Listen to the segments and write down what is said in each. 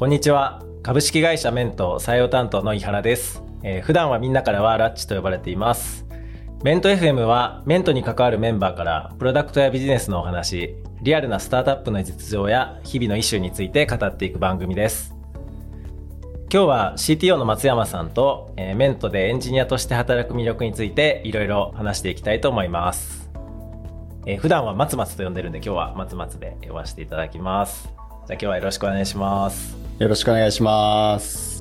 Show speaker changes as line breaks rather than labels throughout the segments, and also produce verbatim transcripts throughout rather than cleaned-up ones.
こんにちは。株式会社メント採用担当の井原です。えー、普段はみんなからはラッチと呼ばれています。メント エフエム はメントに関わるメンバーからプロダクトやビジネスのお話、リアルなスタートアップの実情や日々のイシューについて語っていく番組です。今日は シーティーオー の松山さんと、えー、メントでエンジニアとして働く魅力についていろいろ話していきたいと思います。えー、普段は松松と呼んでるんで今日は松松で呼ばせていただきます。じゃあ今日はよろしくお願いします。
よろしくお願いします。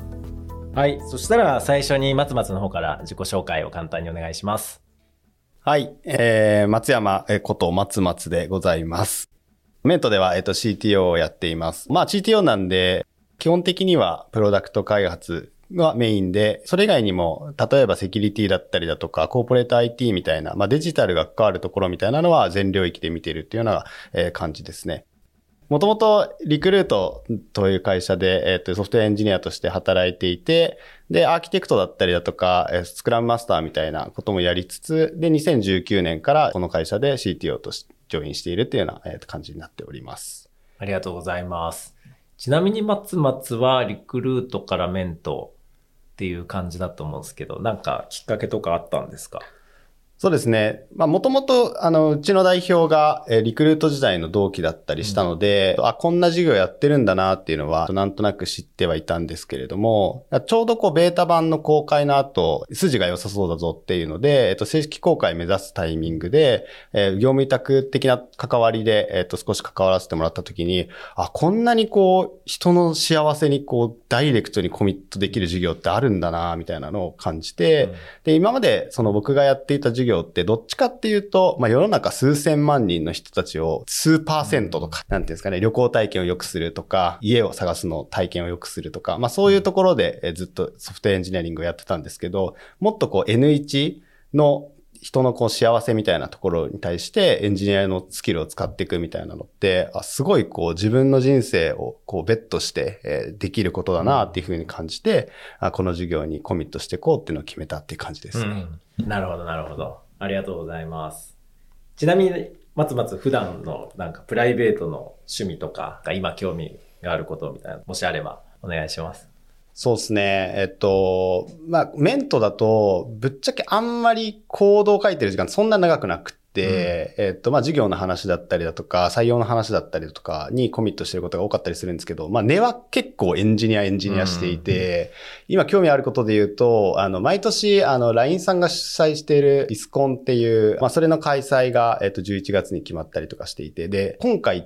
はい、そしたら最初に松松の方から自己紹介を簡単にお願いします。
はい、えー、松山こと松松でございます。メントでは、えっと、シーティーオー をやっています。まあ シーティーオー なんで基本的にはプロダクト開発がメインで、それ以外にも例えばセキュリティだったりだとかコーポレート アイティー みたいな、まあデジタルが関わるところみたいなのは全領域で見ているっていうような、えー、感じですね。もともとリクルートという会社で、えっと、ソフトウェアエンジニアとして働いていて、で、アーキテクトだったりだとか、スクラムマスターみたいなこともやりつつ、で、にせんじゅうきゅうねんからこの会社で シーティーオー としてジョインしているというような感じになっております。
ありがとうございます。ちなみに松松はリクルートからメントっていう感じだと思うんですけど、なんかきっかけとかあったんですか？
そうですね。まあ、もともと、あの、うちの代表が、えー、リクルート時代の同期だったりしたので、うん、あ、こんな授業やってるんだなっていうのは、なんとなく知ってはいたんですけれども、ちょうどこう、ベータ版の公開の後、筋が良さそうだぞっていうので、えっと、正式公開目指すタイミングで、えー、業務委託的な関わりで、えっと、少し関わらせてもらった時に、あ、こんなにこう、人の幸せにこう、ダイレクトにコミットできる授業ってあるんだな、みたいなのを感じて、うん、で、今まで、その僕がやっていた授業ってどっちかっていうと、まあ、世の中数千万人の人たちを数パーセントとか、なんていうんですかね、旅行体験を良くするとか、家を探すの体験を良くするとか、まあ、そういうところでずっとソフトウェアエンジニアリングをやってたんですけど、もっとこう エヌワン の人のこう幸せみたいなところに対してエンジニアのスキルを使っていくみたいなのって、あ、すごいこう自分の人生をこうベットしてえできることだなっていうふうに感じて、あ、この授業にコミットしていこうっていうのを決めたっていう感じですね。
うん、なるほど、なるほど。ありがとうございます。ちなみに松松普段のなんかプライベートの趣味とか今興味があることみたいな、もしあればお願いします。
そうですね。えっと、まあ、メントだと、ぶっちゃけあんまりコードを書いてる時間そんな長くなくて、で、うん、えっと、まあ、授業の話だったりだとか、採用の話だったりだとかにコミットしてることが多かったりするんですけど、まあ、根は結構エンジニアエンジニアしていて、うん、今興味あることで言うと、あの、毎年、あの、ライン さんが主催しているイスコンっていう、まあ、それの開催が、えっと、じゅういちがつに決まったりとかしていて、で、今回って、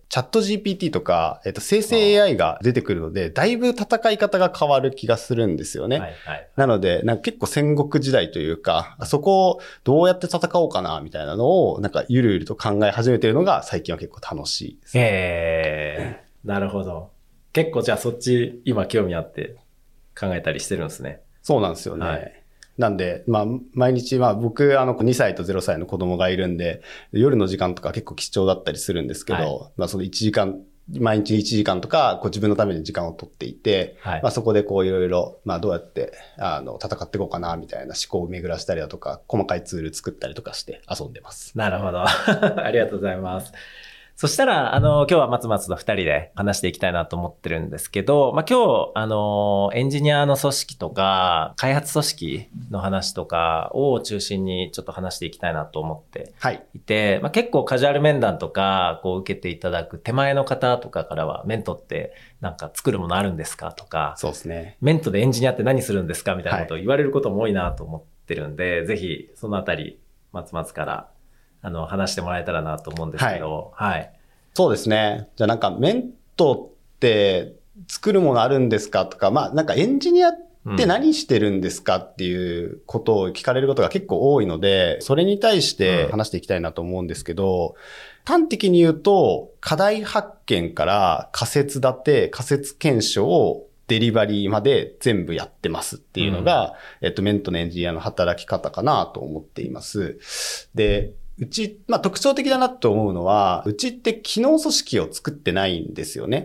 チャット ジーピーティー とか、えっと、生成 エーアイ が出てくるので、だいぶ戦い方が変わる気がするんですよね。はいはい、なので、なんか結構戦国時代というか、そこをどうやって戦おうかな、みたいなのを、なんかゆるゆると考え始めてるのが最近は結構楽しいですね。
へー、なるほど。結構じゃあそっち今興味あって考えたりしてるんですね。
そうなんですよね。はい、なんで、まあ、毎日、まあ、僕、あの、にさいとゼロさいの子供がいるんで、夜の時間とか結構貴重だったりするんですけど、はい、まあ、そのいちじかん、毎日いちじかんとか、こう自分のために時間を取っていて、はい、まあ、そこでこういろいろ、まあ、どうやって、あの、戦っていこうかな、みたいな思考を巡らしたりだとか、細かいツール作ったりとかして遊んでます。
なるほど。ありがとうございます。そしたら、あの、今日は松松と二人で話していきたいなと思ってるんですけど、まあ、今日、あの、エンジニアの組織とか、開発組織の話とかを中心にちょっと話していきたいなと思っていて、はい、まあ、結構カジュアル面談とか、こう受けていただく手前の方とかからは、メントってなんか作るものあるんですかとか、
そうですね。
メントでエンジニアって何するんですかみたいなことを言われることも多いなと思ってるんで、はい、ぜひそのあたり、松松からあの話してもらえたらなと思うんですけど、はい。はい、
そうですね。じゃあなんかメントって作るものあるんですかとか、まあなんかエンジニアって何してるんですかっていうことを聞かれることが結構多いので、それに対して話していきたいなと思うんですけど、端的に言うと課題発見から仮説立て、仮説検証、デリバリーまで全部やってますっていうのが、うん、えっと、メントのエンジニアの働き方かなと思っています。で、うち、まあ特徴的だなと思うのは、うちって機能組織を作ってないんですよね。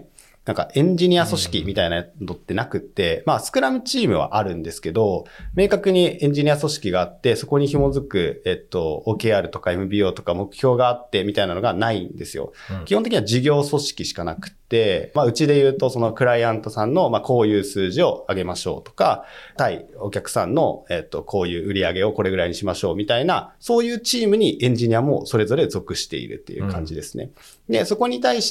なんかエンジニア組織みたいなのってなくって、まあスクラムチームはあるんですけど、明確にエンジニア組織があって、そこに紐づく、えっと、オーケーアール とか エムビーオー とか目標があってみたいなのがないんですよ。うん、基本的には事業組織しかなくって、まあうちで言うとそのクライアントさんの、まあこういう数字を上げましょうとか、対お客さんの、えっと、こういう売り上げをこれぐらいにしましょうみたいな、そういうチームにエンジニアもそれぞれ属しているっていう感じですね。うん、で、そこに対して、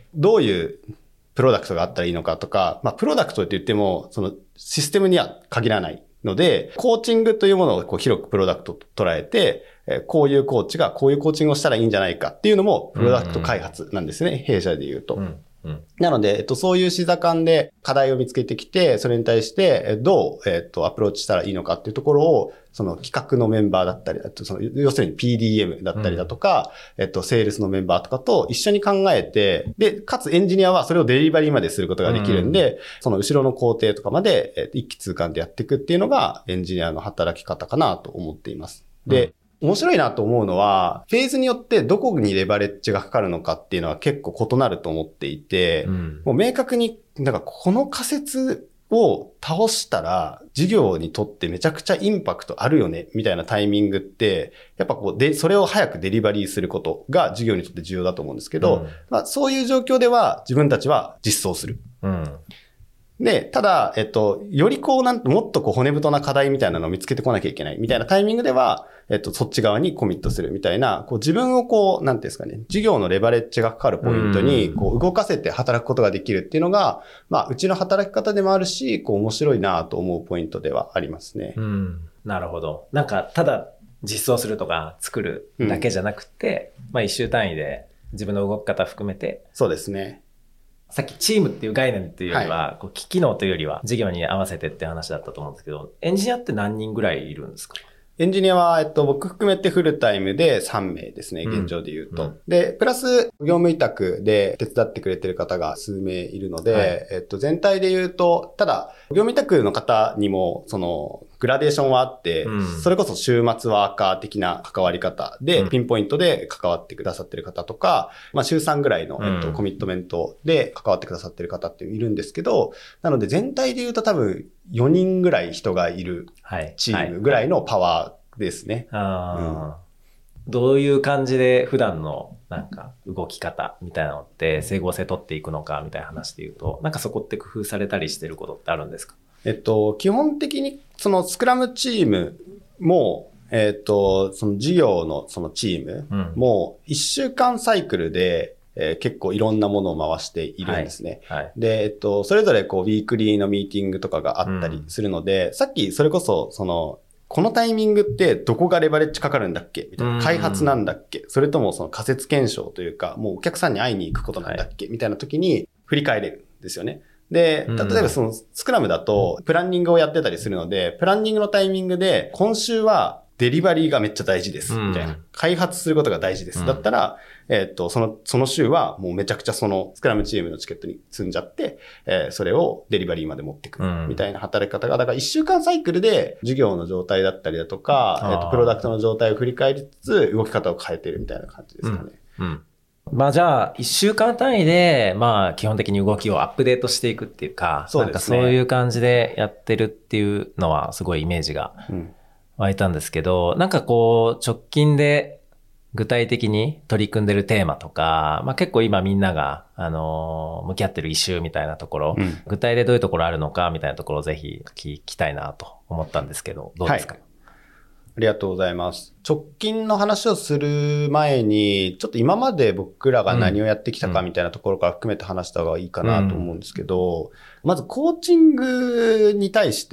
どういうプロダクトがあったらいいのかとか、まあ、プロダクトって言っても、そのシステムには限らないので、コーチングというものをこう広くプロダクトと捉えて、こういうコーチがこういうコーチングをしたらいいんじゃないかっていうのも、プロダクト開発なんですね、うんうん、弊社で言うと。うんうん、なので、えっと、そういう視座感で課題を見つけてきて、それに対してどう、えっと、アプローチしたらいいのかっていうところを、その企画のメンバーだったり、あとその要するに ピーディーエム だったりだとか、うん、えっと、セールスのメンバーとかと一緒に考えて、で、かつエンジニアはそれをデリバリーまですることができるんで、うん、その後ろの工程とかまで、えっと、一気通貫でやっていくっていうのがエンジニアの働き方かなと思っています。で、うん面白いなと思うのは、フェーズによってどこにレバレッジがかかるのかっていうのは結構異なると思っていて、うん、もう明確に、なんかこの仮説を倒したら事業にとってめちゃくちゃインパクトあるよね、みたいなタイミングって、やっぱこうで、それを早くデリバリーすることが事業にとって重要だと思うんですけど、うん、まあそういう状況では自分たちは実装する。うんで、ただ、えっと、よりこうなんもっとこう骨太な課題みたいなのを見つけてこなきゃいけないみたいなタイミングでは、えっと、そっち側にコミットするみたいな、こう自分をこう、なんていうんですかね、事業のレバレッジがかかるポイントに、こう動かせて働くことができるっていうのが、まあ、うちの働き方でもあるし、こう面白いなと思うポイントではありますね。
うん。なるほど。なんか、ただ実装するとか作るだけじゃなくて、うん、まあ一周単位で自分の動き方含めて。
そうですね。
さっきチームっていう概念っていうよりは、はい、こう機能というよりは事業に合わせてって話だったと思うんですけど、エンジニアって何人ぐらいいるんですか？
エンジニアは、えっと、僕含めてフルタイムでさんめいですね、現状で言うと。うんうん、で、プラス、業務委託で手伝ってくれてる方が数名いるので、はい、えっと、全体で言うと、ただ、業務委託の方にも、その、グラデーションはあって、うん、それこそ週末ワーカー的な関わり方で、うん、ピンポイントで関わってくださってる方とか、まあ週さんぐらいの、えっと、コミットメントで関わってくださってる方っているんですけど、なので全体で言うと多分よにんぐらい人がいるチームぐらいのパワーですね。
はいはいあうん、どういう感じで普段のなんか動き方みたいなのって整合性取っていくのかみたいな話で言うと、なんかそこって工夫されたりしてることってあるんですか？
えっと、基本的に、そのスクラムチームも、えっと、その事業のそのチームも、いっしゅうかんサイクルで、えー、結構いろんなものを回しているんですね。はいはい、で、えっと、それぞれこう、ウィークリーのミーティングとかがあったりするので、うん、さっきそれこそ、その、このタイミングってどこがレバレッジかかるんだっけみたいな。開発なんだっけそれともその仮説検証というか、もうお客さんに会いに行くことなんだっけ、はい、みたいな時に振り返れるんですよね。で、例えばそのスクラムだとプランニングをやってたりするので、プランニングのタイミングで今週はデリバリーがめっちゃ大事です、みたいな。開発することが大事です。だったら、えっと、その、その週はもうめちゃくちゃそのスクラムチームのチケットに積んじゃって、えー、それをデリバリーまで持ってくる、みたいな働き方が、だからいっしゅうかんサイクルで事業の状態だったりだとか、えっと、プロダクトの状態を振り返りつつ、動き方を変えてるみたいな感じですかね。
うんうんまあじゃあ、一週間単位で、まあ基本的に動きをアップデートしていくっていうか、そうですね。なんかそういう感じでやってるっていうのはすごいイメージが湧いたんですけど、うん、なんかこう直近で具体的に取り組んでるテーマとか、まあ結構今みんなが、あのー、向き合ってるイシューみたいなところ、うん、具体でどういうところあるのかみたいなところをぜひ聞きたいなと思ったんですけど、どうですか？はい
ありがとうございます。直近の話をする前に、ちょっと今まで僕らが何をやってきたかみたいなところから含めて話した方がいいかなと思うんですけど、うん、まずコーチングに対して、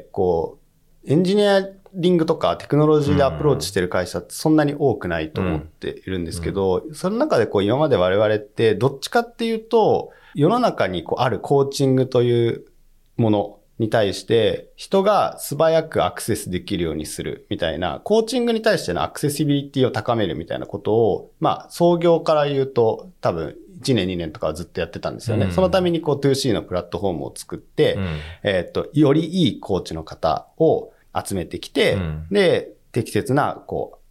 こう、エンジニアリングとかテクノロジーでアプローチしてる会社ってそんなに多くないと思っているんですけど、うん、その中でこう今まで我々ってどっちかっていうと、世の中にこうあるコーチングというもの、に対して人が素早くアクセスできるようにするみたいな、コーチングに対してのアクセシビリティを高めるみたいなことを、まあ創業から言うと多分いちねんにねんとかはずっとやってたんですよね。うん、そのためにこう ツーシー のプラットフォームを作って、うん、えっと、よりいいコーチの方を集めてきて、うん、で、適切なこう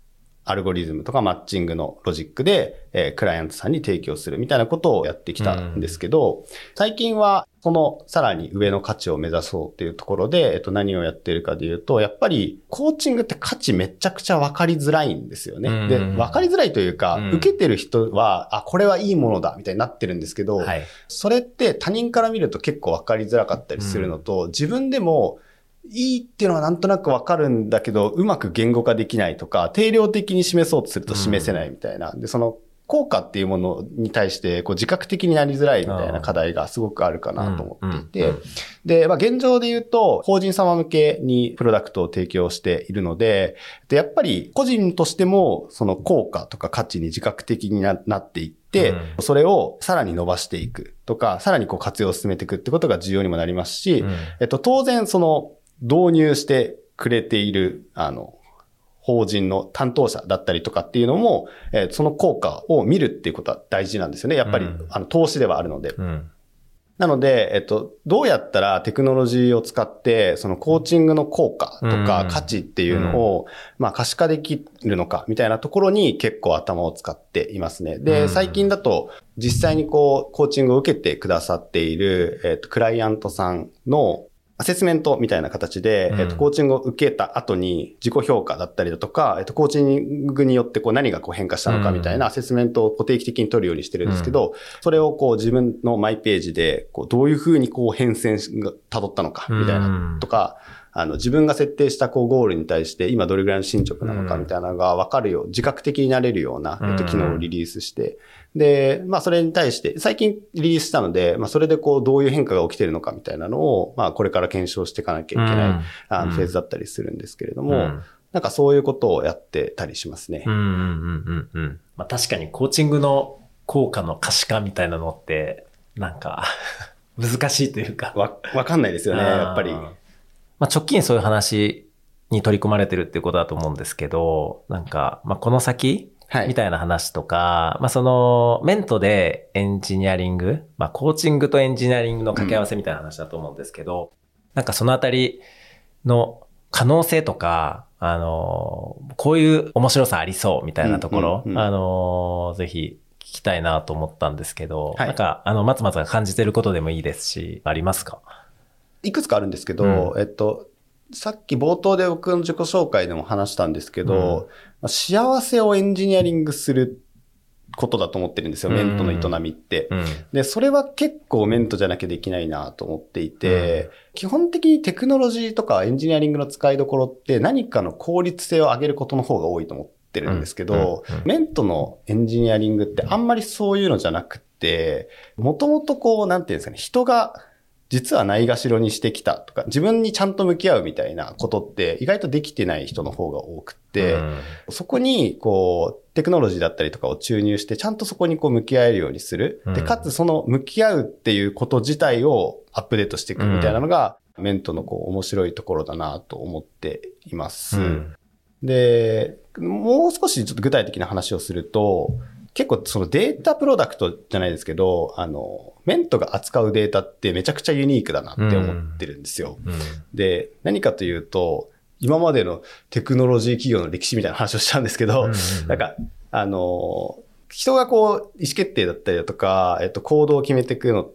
アルゴリズムとかマッチングのロジックで、えー、クライアントさんに提供するみたいなことをやってきたんですけど、うん、最近はそのさらに上の価値を目指そうっていうところで、えっと、何をやっているかでいうと、やっぱりコーチングって価値めちゃくちゃ分かりづらいんですよね。うん、で、分かりづらいというか、うん、受けてる人は、あ、これはいいものだみたいになってるんですけど、はい、それって他人から見ると結構分かりづらかったりするのと、うん、自分でもいいっていうのはなんとなくわかるんだけど、うまく言語化できないとか、定量的に示そうとすると示せないみたいな。うん、で、その効果っていうものに対して、こう自覚的になりづらいみたいな課題がすごくあるかなと思っていて。で、まあ現状で言うと、法人様向けにプロダクトを提供しているので、で、やっぱり個人としても、その効果とか価値に自覚的に な, なっていって、うん、それをさらに伸ばしていくとか、さらにこう活用を進めていくってことが重要にもなりますし、うん、えっと、当然その、導入してくれている、あの、法人の担当者だったりとかっていうのも、えー、その効果を見るっていうことは大事なんですよね。やっぱり、うん、あの、投資ではあるので。うん、なので、えっと、どうやったらテクノロジーを使って、そのコーチングの効果とか価値っていうのを、うん、まあ可視化できるのかみたいなところに結構頭を使っていますね。で、最近だと実際にこう、コーチングを受けてくださっている、えっと、クライアントさんのアセスメントみたいな形で、うん、えっと、コーチングを受けた後に自己評価だったりだとか、えっと、コーチングによってこう何がこう変化したのかみたいなアセスメントをこう定期的に取るようにしてるんですけど、うん、それをこう自分のマイページで、こうどういうふうにこう変遷が辿ったのかみたいなとか、うん、あの、自分が設定したこうゴールに対して今どれぐらいの進捗なのかみたいなのが分かるよう、自覚的になれるような、えっと、機能をリリースして、で、まあそれに対して、最近リリースしたので、まあそれでこうどういう変化が起きてるのかみたいなのを、まあこれから検証していかなきゃいけない、うん、あのフェーズだったりするんですけれども、うん、なんかそういうことをやってたりしますね。
うんうんうんうん。まあ確かにコーチングの効果の可視化みたいなのって、なんか難しいというか。
わ、わかんないですよね、やっぱり。ま
あ直近そういう話に取り組まれてるっていうことだと思うんですけど、なんか、まあこの先、はい、みたいな話とか、まあ、その、メントでエンジニアリング、まあ、コーチングとエンジニアリングの掛け合わせみたいな話だと思うんですけど、うん、なんかそのあたりの可能性とか、あの、こういう面白さありそうみたいなところ、うんうんうん、あの、ぜひ聞きたいなと思ったんですけど、はい、なんか、あの、松松が感じてることでもいいですし、ありますか？
いくつかあるんですけど、うん、えっと、さっき冒頭で僕の自己紹介でも話したんですけど、うん、幸せをエンジニアリングすることだと思ってるんですよ、メントの営みって、うん。で、それは結構メントじゃなきゃできないなと思っていて、うん、基本的にテクノロジーとかエンジニアリングの使いどころって何かの効率性を上げることの方が多いと思ってるんですけど、うんうんうん、メントのエンジニアリングってあんまりそういうのじゃなくて、もともとこう、なんていうんですかね、人が実はないがしろにしてきたとか、自分にちゃんと向き合うみたいなことって意外とできてない人の方が多くて、うん、そこにこうテクノロジーだったりとかを注入してちゃんとそこにこう向き合えるようにする。うん、で、かつその向き合うっていうこと自体をアップデートしていくみたいなのが、うん、メントのこう面白いところだなと思っています。うん、で、もう少しちょっと具体的な話をすると、結構そのデータプロダクトじゃないですけど、あの、メントが扱うデータってめちゃくちゃユニークだなって思ってるんですよ。うんうん、で、何かというと、今までのテクノロジー企業の歴史みたいな話をしたんですけど、うんうんうん、なんか、あの、人がこう、意思決定だったりだとか、えっと、行動を決めていくのって、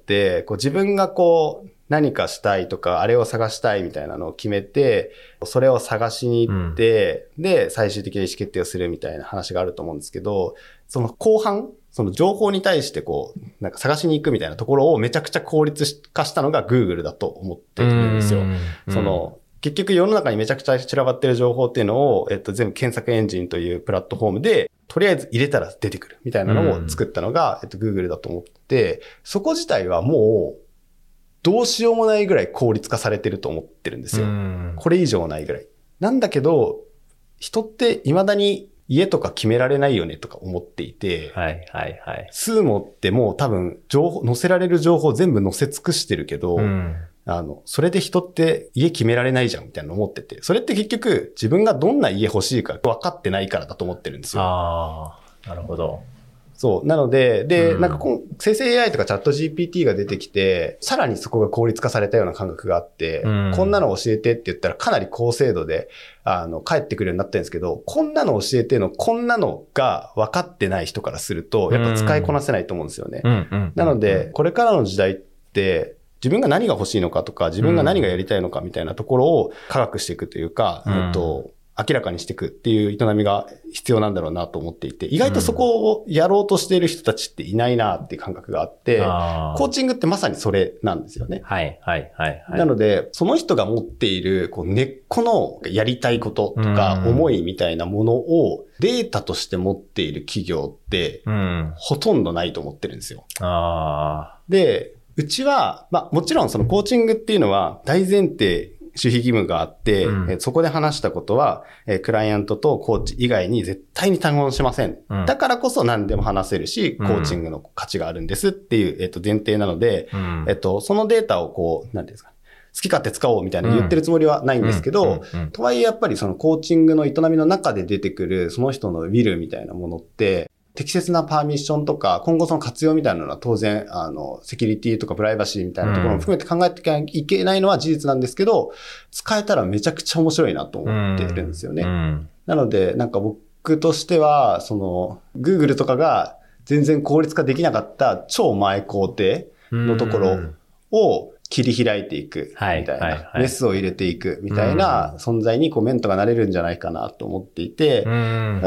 こう自分がこう、何かしたいとか、あれを探したいみたいなのを決めて、それを探しに行って、うん、で、最終的な意思決定をするみたいな話があると思うんですけど、その後半、その情報に対してこう、なんか探しに行くみたいなところをめちゃくちゃ効率化したのが Google だと思ってるんですよ。その、結局世の中にめちゃくちゃ散らばってる情報っていうのを、えっと、全部検索エンジンというプラットフォームで、とりあえず入れたら出てくるみたいなのを作ったのが、えっと、Google だと思って、そこ自体はもう、どうしようもないぐらい効率化されてると思ってるんですよ。これ以上ないぐらい。なんだけど、人って未だに家とか決められないよねとか思っていて、
はいはいはい。
スーモってもう多分情報、載せられる情報全部載せ尽くしてるけど、うん、あの、それで人って家決められないじゃんみたいなの思ってて、それって結局自分がどんな家欲しいか分かってないからだと思ってるんですよ。
ああ、なるほど。
そう。なので、で、うん、なんかこう、生成 エーアイ とかチャット ジーピーティー が出てきて、さらにそこが効率化されたような感覚があって、うん、こんなの教えてって言ったらかなり高精度で、あの、返ってくるようになってるんですけど、こんなの教えての、こんなのが分かってない人からすると、やっぱ使いこなせないと思うんですよね。なので、これからの時代って、自分が何が欲しいのかとか、自分が何がやりたいのかみたいなところを科学していくというか、うん、えっと、明らかにしていくっていう営みが必要なんだろうなと思っていて、意外とそこをやろうとしている人たちっていないなっていう感覚があって、うん、コーチングってまさにそれなんですよね。
はい、はい、はい、はい。
なので、その人が持っているこう根っこのやりたいこととか思いみたいなものをデータとして持っている企業って、うん、ほとんどないと思ってるんですよ。あで、うちは、まあもちろんそのコーチングっていうのは大前提、守秘義務があって、うん、そこで話したことは、クライアントとコーチ以外に絶対に単語しません。うん、だからこそ何でも話せるし、コーチングの価値があるんですっていう、えっと、前提なので、うん、えっと、そのデータをこう、なんていうんですか、好き勝手使おうみたいな言ってるつもりはないんですけど、とはいえやっぱりそのコーチングの営みの中で出てくるその人のウィルみたいなものって、適切なパーミッションとか、今後その活用みたいなのは当然、あの、セキュリティとかプライバシーみたいなところも含めて考えていけないのは事実なんですけど、使えたらめちゃくちゃ面白いなと思ってるんですよね。うん、なので、なんか僕としては、その、Google とかが全然効率化できなかった超前工程のところを、切り開いていくみたいな、はいはいはい、メスを入れていくみたいな存在にこうメントがなれるんじゃないかなと思っていて、うん、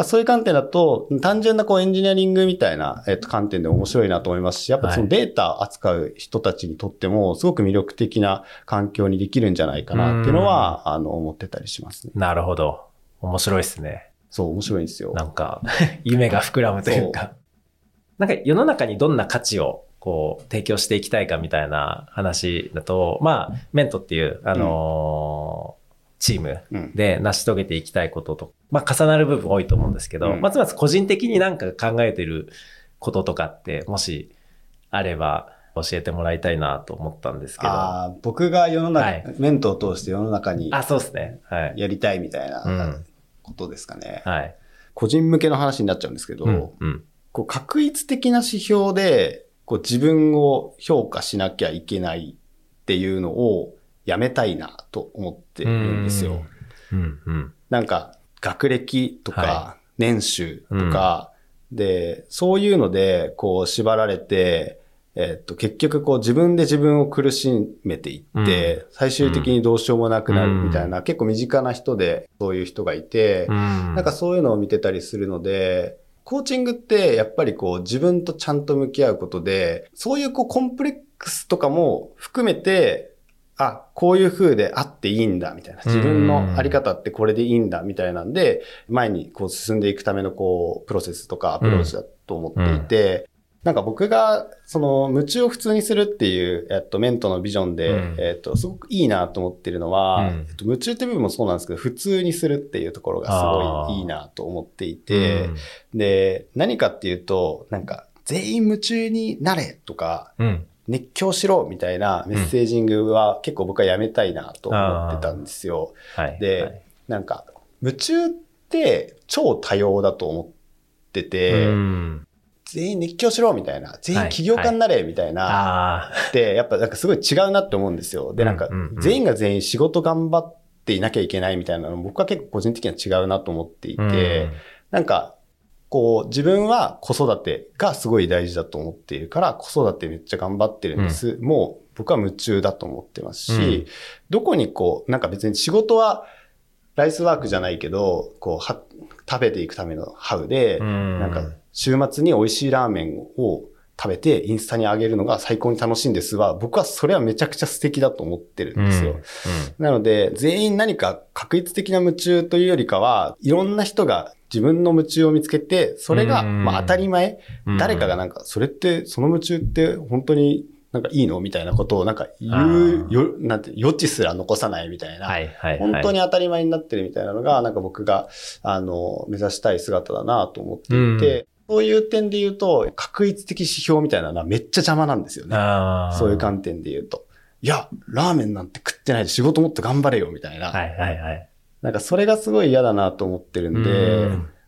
そういう観点だと単純なこうエンジニアリングみたいな、えっと、観点で面白いなと思いますし、やっぱそのデータ扱う人たちにとってもすごく魅力的な環境にできるんじゃないかなっていうのは、うん、あの思ってたりしますね。
なるほど。面白いですね。
そう、面白いんですよ。
なんか夢が膨らむというか。なんか世の中にどんな価値をこう、提供していきたいかみたいな話だと、まあ、メントっていう、あのーうん、チームで成し遂げていきたいことと、まあ、重なる部分多いと思うんですけど、うん、まずまず個人的になんか考えてることとかって、もしあれば教えてもらいたいなと思ったんですけど。
あ僕が世の中、はい、メントを通して世の中に、
あ、そうですね。はい。
やりたいみたいなことですかね。うん、はい。個人向けの話になっちゃうんですけど、うんうん、こう確一的な指標で、こう自分を評価しなきゃいけないっていうのをやめたいなと思ってるんですよ。うんうん、なんか学歴とか年収とか、はい、で、そういうのでこう縛られて、えっと結局こう自分で自分を苦しめていって、うん、最終的にどうしようもなくなるみたいな、うん、結構身近な人でそういう人がいて、うん、なんかそういうのを見てたりするので、コーチングってやっぱりこう自分とちゃんと向き合うことで、そういうこうコンプレックスとかも含めて、あ、こういう風であっていいんだみたいな、自分のあり方ってこれでいいんだみたいなんで、前にこう進んでいくためのこうプロセスとかアプローチだと思っていて、なんか僕がその夢中を普通にするっていう、えっと、メントのビジョンで、うん、えっと、すごくいいなと思ってるのは、うんえっと、夢中って部分もそうなんですけど、普通にするっていうところがすごいいいなと思っていて、うん、で、何かっていうと、なんか、全員夢中になれとか、うん、熱狂しろみたいなメッセージングは結構僕はやめたいなと思ってたんですよ。はい、で、はい、なんか、夢中って超多様だと思ってて、うん全員熱狂しろみたいな、全員起業家になれみたいな、はいはい、で、やっぱなんかすごい違うなって思うんですよ。で、なんか全員が全員仕事頑張っていなきゃいけないみたいなの僕は結構個人的には違うなと思っていて、うん、なんかこう自分は子育てがすごい大事だと思っているから子育てめっちゃ頑張ってるんです。うん、もう僕は夢中だと思ってますし、うん、どこにこうなんか別に仕事はライスワークじゃないけど、こうは食べていくためのハウで、うん、なんか週末に美味しいラーメンを食べてインスタに上げるのが最高に楽しいんですは、僕はそれはめちゃくちゃ素敵だと思ってるんですよ。うんうん、なので、全員何か確一的な夢中というよりかは、いろんな人が自分の夢中を見つけて、それがまあ当たり前、うん、誰かがなんか、それって、その夢中って本当になんかいいのみたいなことをなんか言う、よ、なんて、余地すら残さないみたいな、はいはいはい、本当に当たり前になってるみたいなのが、なんか僕が、あの、目指したい姿だなと思っていて、うんそういう点で言うと、確一的指標みたいなのはめっちゃ邪魔なんですよね。そういう観点で言うと。いや、ラーメンなんて食ってないで仕事もっと頑張れよ、みたいな。はいはいはい。なんかそれがすごい嫌だなと思ってるんで、ん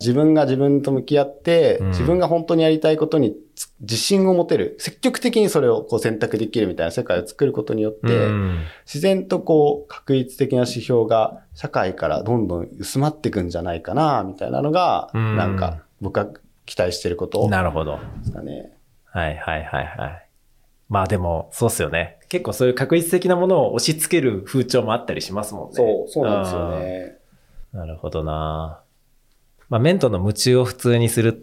自分が自分と向き合って、
うん、
自分が本当にやりたいことに自信を持てる、積極的にそれをこう選択できるみたいな世界を作ることによって、うん、自然とこう確率的な指標が社会からどんどん薄まっていくんじゃないかなみたいなのが、うん、なんか僕が期待してること、
なるほど
ですかね。
はいはいはいはい。まあでもそうっすよね。結構そういう確率的なものを押し付ける風潮もあったりしますもんね。
そうそうなんですよね。
なるほどな。まあ、メントの夢中を普通にするって、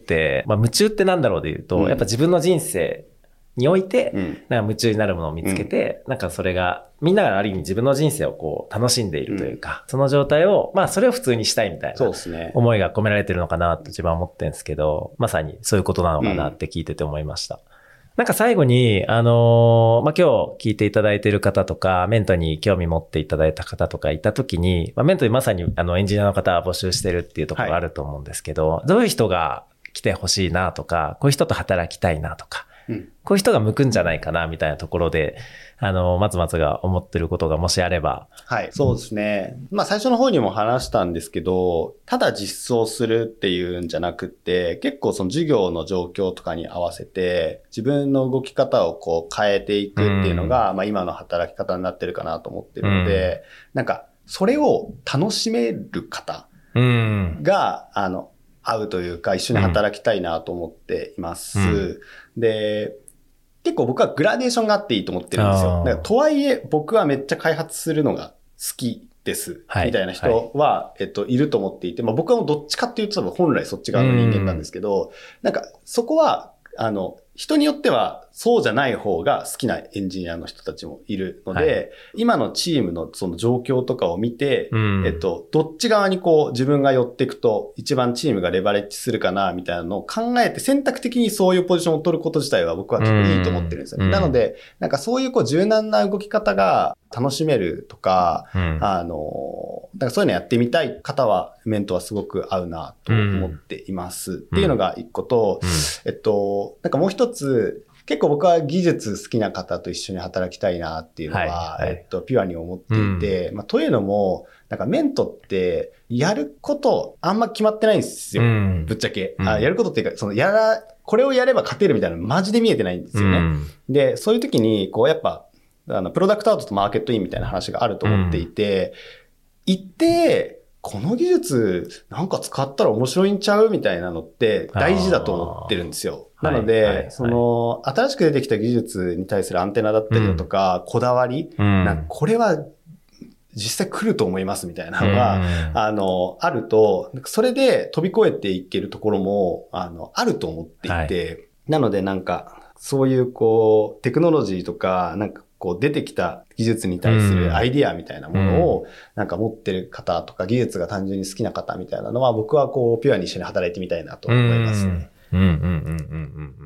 まあ、夢中ってなんだろうで言うと、うん、やっぱ自分の人生において、うん、なんか夢中になるものを見つけて、うん、なんかそれが、みんながある意味自分の人生をこう楽しんでいるというか、うん、その状態を、まあそれを普通にしたいみたいな思いが込められてるのかなと自分は思ってるんですけど、まさにそういうことなのかなって聞いてて思いました。うんなんか最後に、あのー、まあ、今日聞いていただいている方とか、メントに興味持っていただいた方とかいたときに、まあ、メントにまさにあのエンジニアの方募集してるっていうところがあると思うんですけど、はい、どういう人が来てほしいなとか、こういう人と働きたいなとか、うん、こういう人が向くんじゃないかなみたいなところで、あの、松松が思ってることがもしあれば。
はい、そうですね。まあ最初の方にも話したんですけど、ただ実装するっていうんじゃなくて、結構その授業の状況とかに合わせて、自分の動き方をこう変えていくっていうのが、うん、まあ今の働き方になってるかなと思ってるので、うん、なんかそれを楽しめる方が、うん、あの、会うというか一緒に働きたいなと思っています。うん、で、結構僕はグラデーションがあっていいと思ってるんですよ。だからとはいえ僕はめっちゃ開発するのが好きです。はい、みたいな人は、はい、えっと、いると思っていて、まあ僕はもうどっちかっていうと本来そっち側の人間なんですけど、なんかそこは、あの、人によってはそうじゃない方が好きなエンジニアの人たちもいるので、はい、今のチームのその状況とかを見て、うん、えっと、どっち側にこう自分が寄っていくと一番チームがレバレッジするかなみたいなのを考えて選択的にそういうポジションを取ること自体は僕は結構いいと思ってるんですよね。うん、なので、なんかそういうこう柔軟な動き方が楽しめるとか、うん、あの、だからそういうのやってみたい方はメントはすごく合うなと思っています。うん、っていうのが一個と、うん、えっと、なんかもう一つ、結構僕は技術好きな方と一緒に働きたいなっていうのは、はいはい、えっと、ピュアに思っていて、うん、まあ、というのも、なんかメントってやることあんま決まってないんですよ。うん、ぶっちゃけ、うん、あ。やることっていうか、そのやら、これをやれば勝てるみたいなのマジで見えてないんですよね。うん、で、そういう時に、こうやっぱ、あの、プロダクトアウトとマーケットインみたいな話があると思っていて、うん、一定、この技術なんか使ったら面白いんちゃうみたいなのって大事だと思ってるんですよ。なので、はいはい、その、新しく出てきた技術に対するアンテナだったりだとか、うん、こだわり、うん、なんかこれは実際来ると思いますみたいなのが、うん、あの、あると、それで飛び越えていけるところも、あの、あると思っていて、はい、なのでなんか、そういうこう、テクノロジーとか、なんか、こう出てきた技術に対するアイディアみたいなものをなんか持ってる方とか技術が単純に好きな方みたいなのは僕はこうピュアに一緒に働いてみたいなと思いますね。うんうんうんうんうんうん。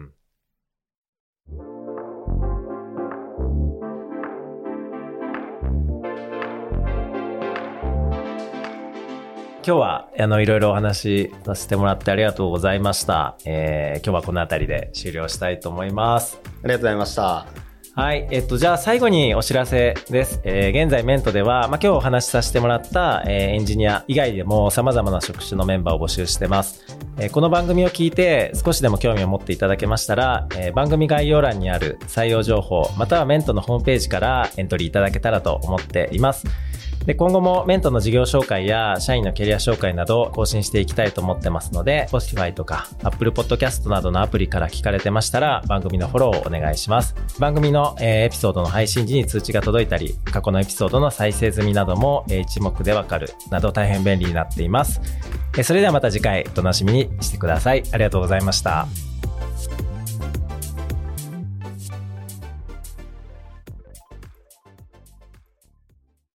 今日はあのいろいろお話しさせてもらってありがとうございました。えー、今日はこのあたりで終了したいと思います。
ありがとうございました。
はい。えっと、じゃあ最後にお知らせです。えー、現在メントでは、まあ、今日お話しさせてもらった、えー、エンジニア以外でも様々な職種のメンバーを募集してます。えー、この番組を聞いて少しでも興味を持っていただけましたら、えー、番組概要欄にある採用情報、またはメントのホームページからエントリーいただけたらと思っています。で、今後もメントの事業紹介や社員のキャリア紹介など更新していきたいと思ってますので、Spotify とか Apple Podcast などのアプリから聞かれてましたら番組のフォローをお願いします。番組の、えー、エピソードの配信時に通知が届いたり、過去のエピソードの再生済みなども、えー、一目でわかるなど大変便利になっています。えー、それではまた次回お楽しみにしてください。ありがとうございました。